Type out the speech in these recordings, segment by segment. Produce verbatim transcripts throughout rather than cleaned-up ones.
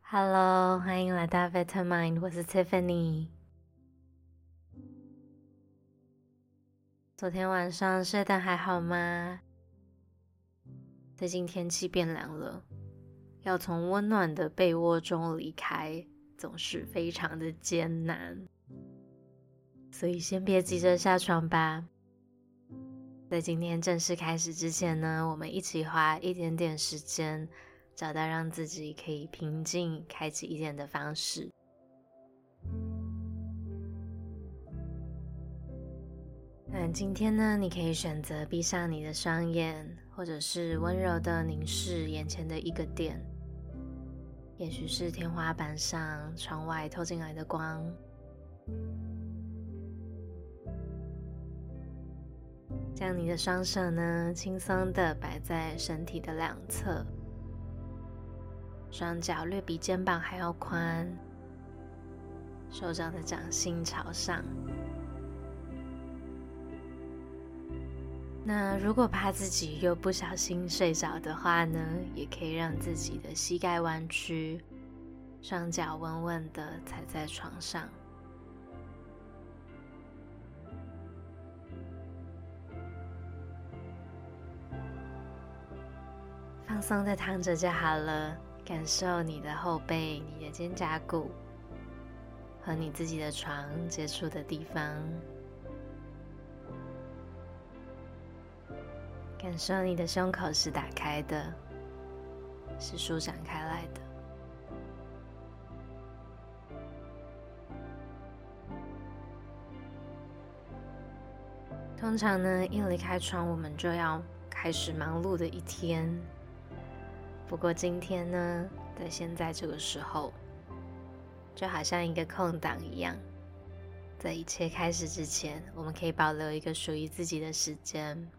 Hello，欢迎来到 Better Mind， 我是 Tiffany。昨天晚上睡得还好吗？最近天气变凉了，要从温暖的被窝中离开，总是非常的艰难。所以先别急着下床吧。在今天正式开始之前呢，我们一起花一点点时间，找到让自己可以平静、开启一点的方式。那今天呢，你可以选择闭上你的双眼，或者是温柔的凝视眼前的一个点，也许是天花板上、窗外透进来的光。将你的双手呢，轻松地摆在身体的两侧，双脚略比肩膀还要宽，手掌的掌心朝上。那如果怕自己又不小心睡着的话呢，也可以让自己的膝盖弯曲，双脚稳稳地踩在床上。放松的躺着就好了，感受你的后背、你的肩胛骨和你自己的床接触的地方，感受你的胸口是打开的，是舒展开来的。通常呢，一离开床，我们就要开始忙碌的一天。不过今天呢，在现在这个时候，就好像一个空档一样，在一切开始之前，我们可以保留一个属于自己的时间，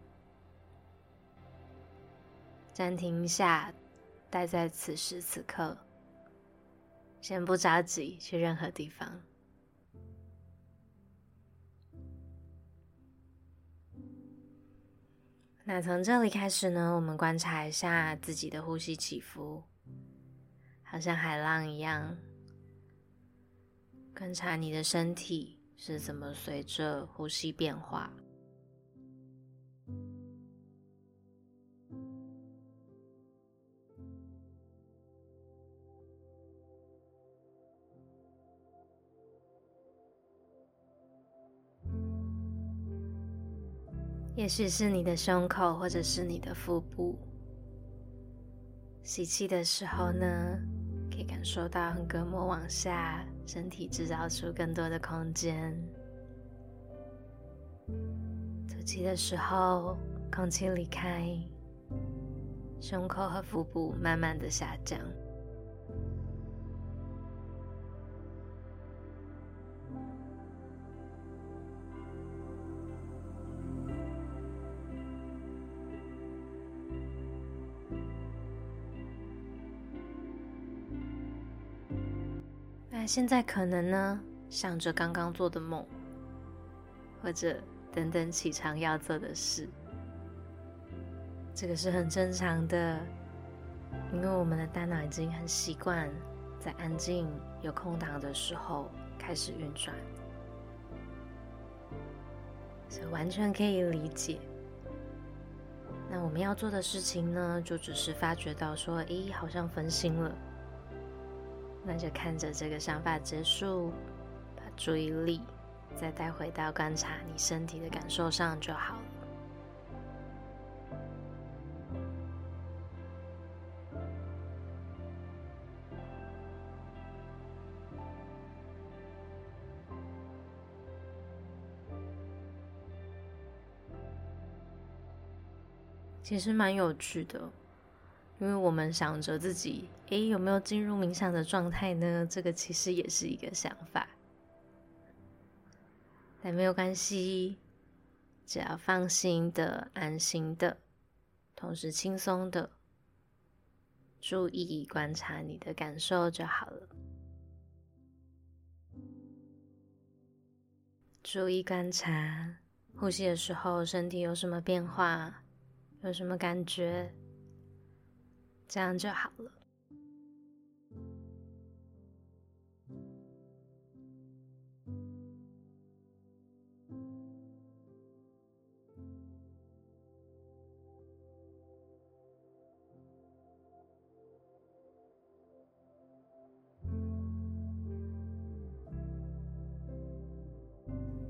暂停一下，待在此时此刻，先不着急去任何地方。那从这里开始呢，我们观察一下自己的呼吸起伏，好像海浪一样，观察你的身体是怎么随着呼吸变化。也许是你的胸口，或者是你的腹部。吸气的时候呢，可以感受到横膈膜往下，身体制造出更多的空间。吐气的时候，空气离开，胸口和腹部慢慢的下降。那现在可能呢，想着刚刚做的梦，或者等等起床要做的事，这个是很正常的，因为我们的大脑已经很习惯在安静有空档的时候开始运转，所以完全可以理解。那我们要做的事情呢，就只是发觉到说，诶，好像分心了，那就看着这个想法结束，把注意力再带回到观察你身体的感受上就好了。其实蛮有趣的，因为我们想着自己，诶，有没有进入冥想的状态呢？这个其实也是一个想法，但没有关系，只要放心的、安心的，同时轻松的，注意观察你的感受就好了。注意观察呼吸的时候，身体有什么变化，有什么感觉，这样就好了。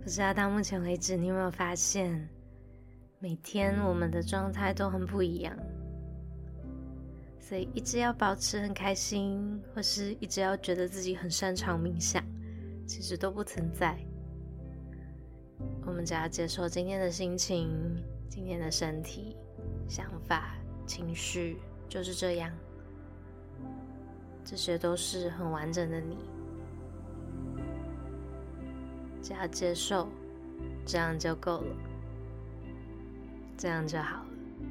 知道到目前为止，你有没有发现，每天我们的状态都很不一样，所以一直要保持很开心，或是一直要觉得自己很擅长冥想，其实都不存在。我们只要接受今天的心情、今天的身体、想法、情绪，就是这样，这些都是很完整的你。只要接受，这样就够了，这样就好了。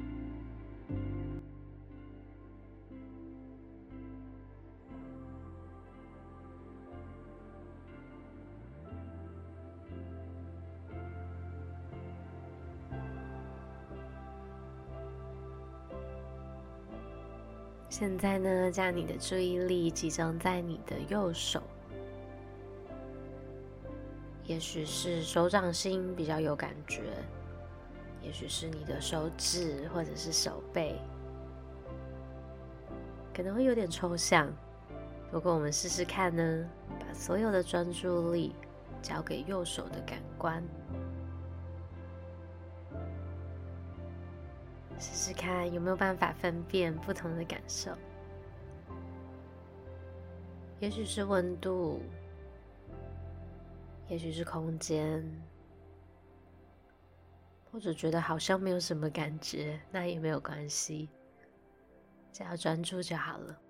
现在呢，将你的注意力集中在你的右手，也许是手掌心比较有感觉，也许是你的手指或者是手背，可能会有点抽象。不过我们试试看呢，把所有的专注力交给右手的感官，试试看有没有办法分辨不同的感受。也许是温度，也许是空间，或者觉得好像没有什么感觉，那也没有关系，只要专注就好了。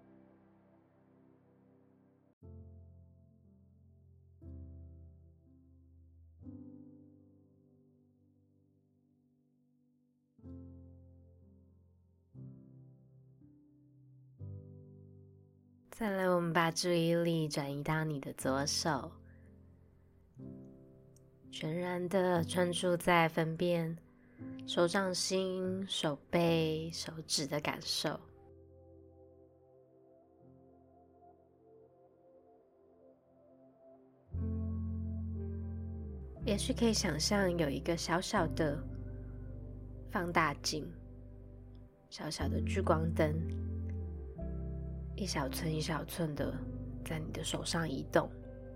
再来，我们把注意力转移到你的左手，全然的专注在分辨手掌心、手背、手指的感受。也许可以想象有一个小小的放大镜，小小的聚光灯，一小寸一小寸的在你的手上移动，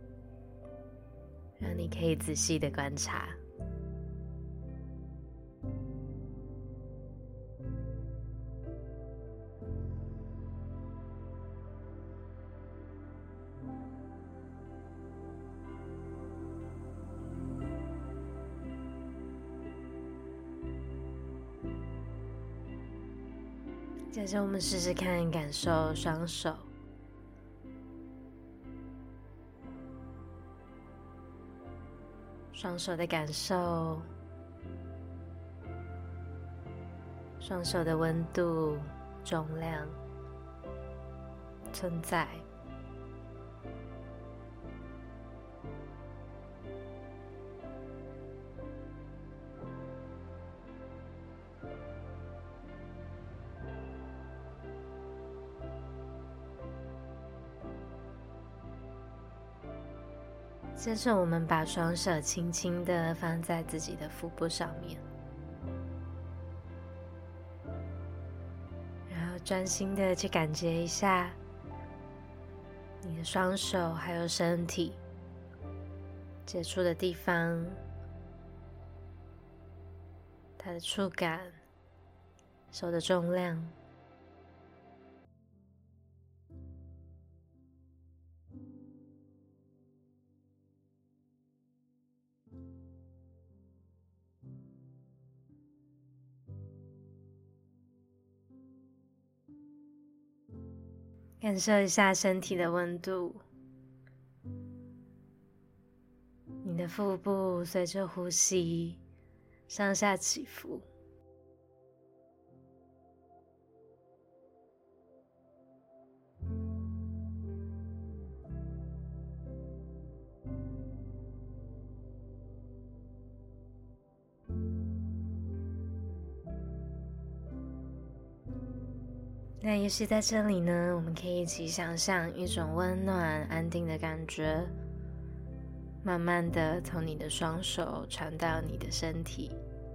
让你可以仔细的观察。接着我们试试看感受双手，双手的感受，双手的温度、重量、存在。接着我们把双手轻轻地放在自己的腹部上面，然后专心的去感觉一下你的双手还有身体接触的地方，它的触感，手的重量。感受一下身体的温度，你的腹部随着呼吸上下起伏。那也许在这里呢，我们可以一起想象一种温暖、安定的感觉，慢慢的从你的双手传到你的身体，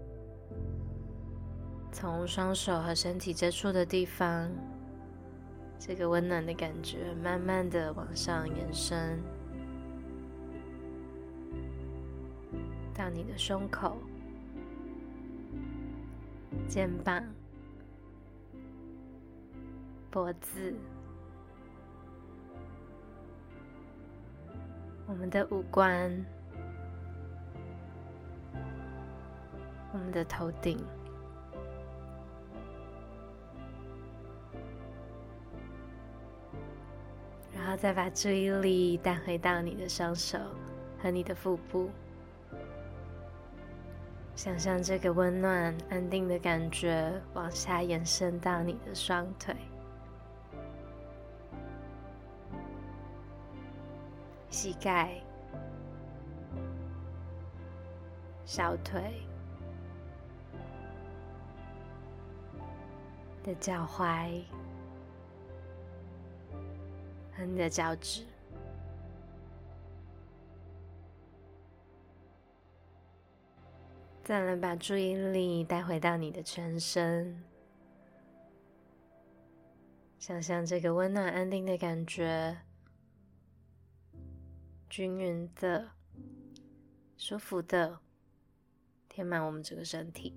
从双手和身体接触的地方，这个温暖的感觉慢慢的往上延伸， 到你的胸口、肩膀、脖子，我们的五官，我们的头顶，然后再把注意力带回到你的双手和你的腹部，想象这个温暖安定的感觉往下延伸到你的双腿、膝盖、小腿的脚踝和你的脚趾，再来把注意力带回到你的全身，想象这个温暖安定的感觉均匀的、舒服的填满我们这个身体。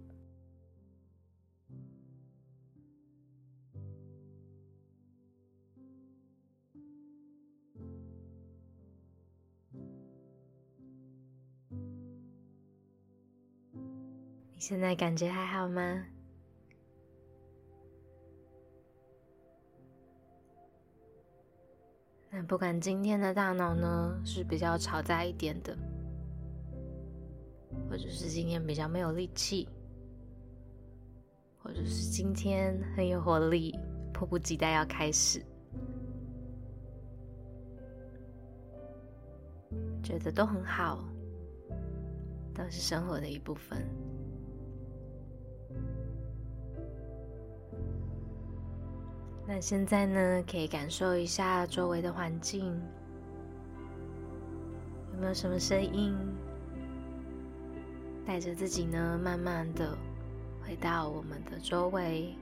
你现在感觉还好吗？那不管今天的大脑呢是比较嘈杂一点的，或者是今天比较没有力气，或者是今天很有活力，迫不及待要开始，觉得都很好，都是生活的一部分。那现在呢，可以感受一下周围的环境，有没有什么声音？带着自己呢，慢慢的回到我们的周围。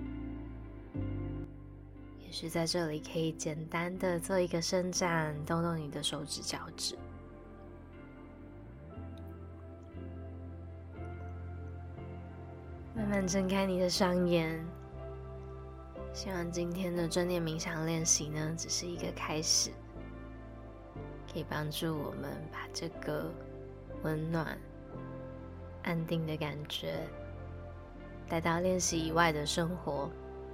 也许在这里可以简单的做一个伸展，动动你的手指、脚趾。慢慢睁开你的双眼。希望今天的正念冥想练习呢，只是一个开始，可以帮助我们把这个温暖、安定的感觉带到练习以外的生活。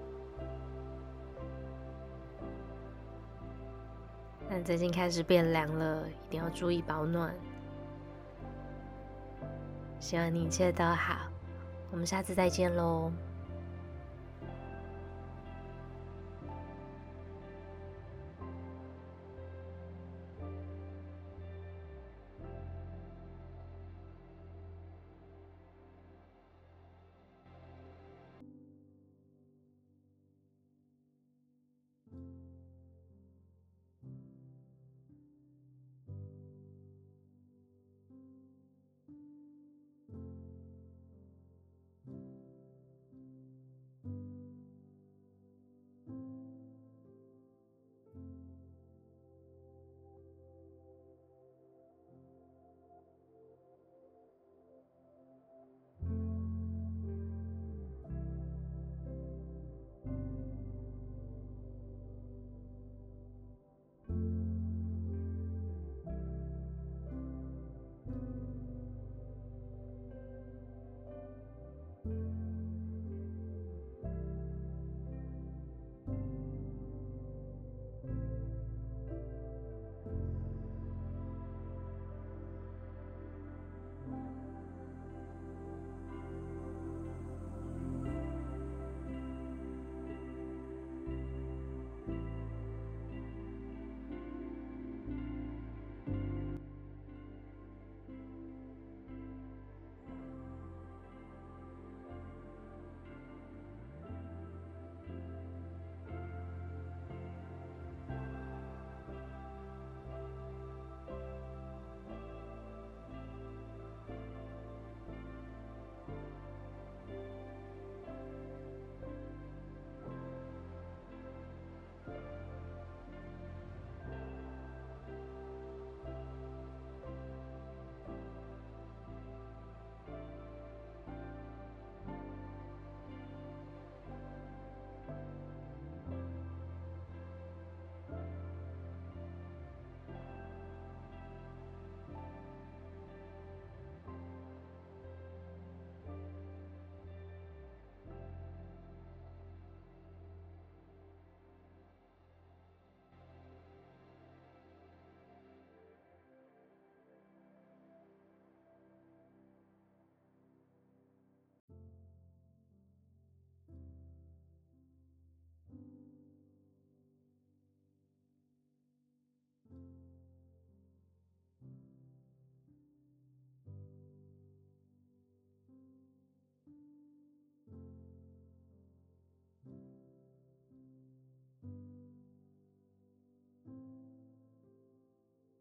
但最近开始变凉了，一定要注意保暖。希望你一切都好，我们下次再见喽。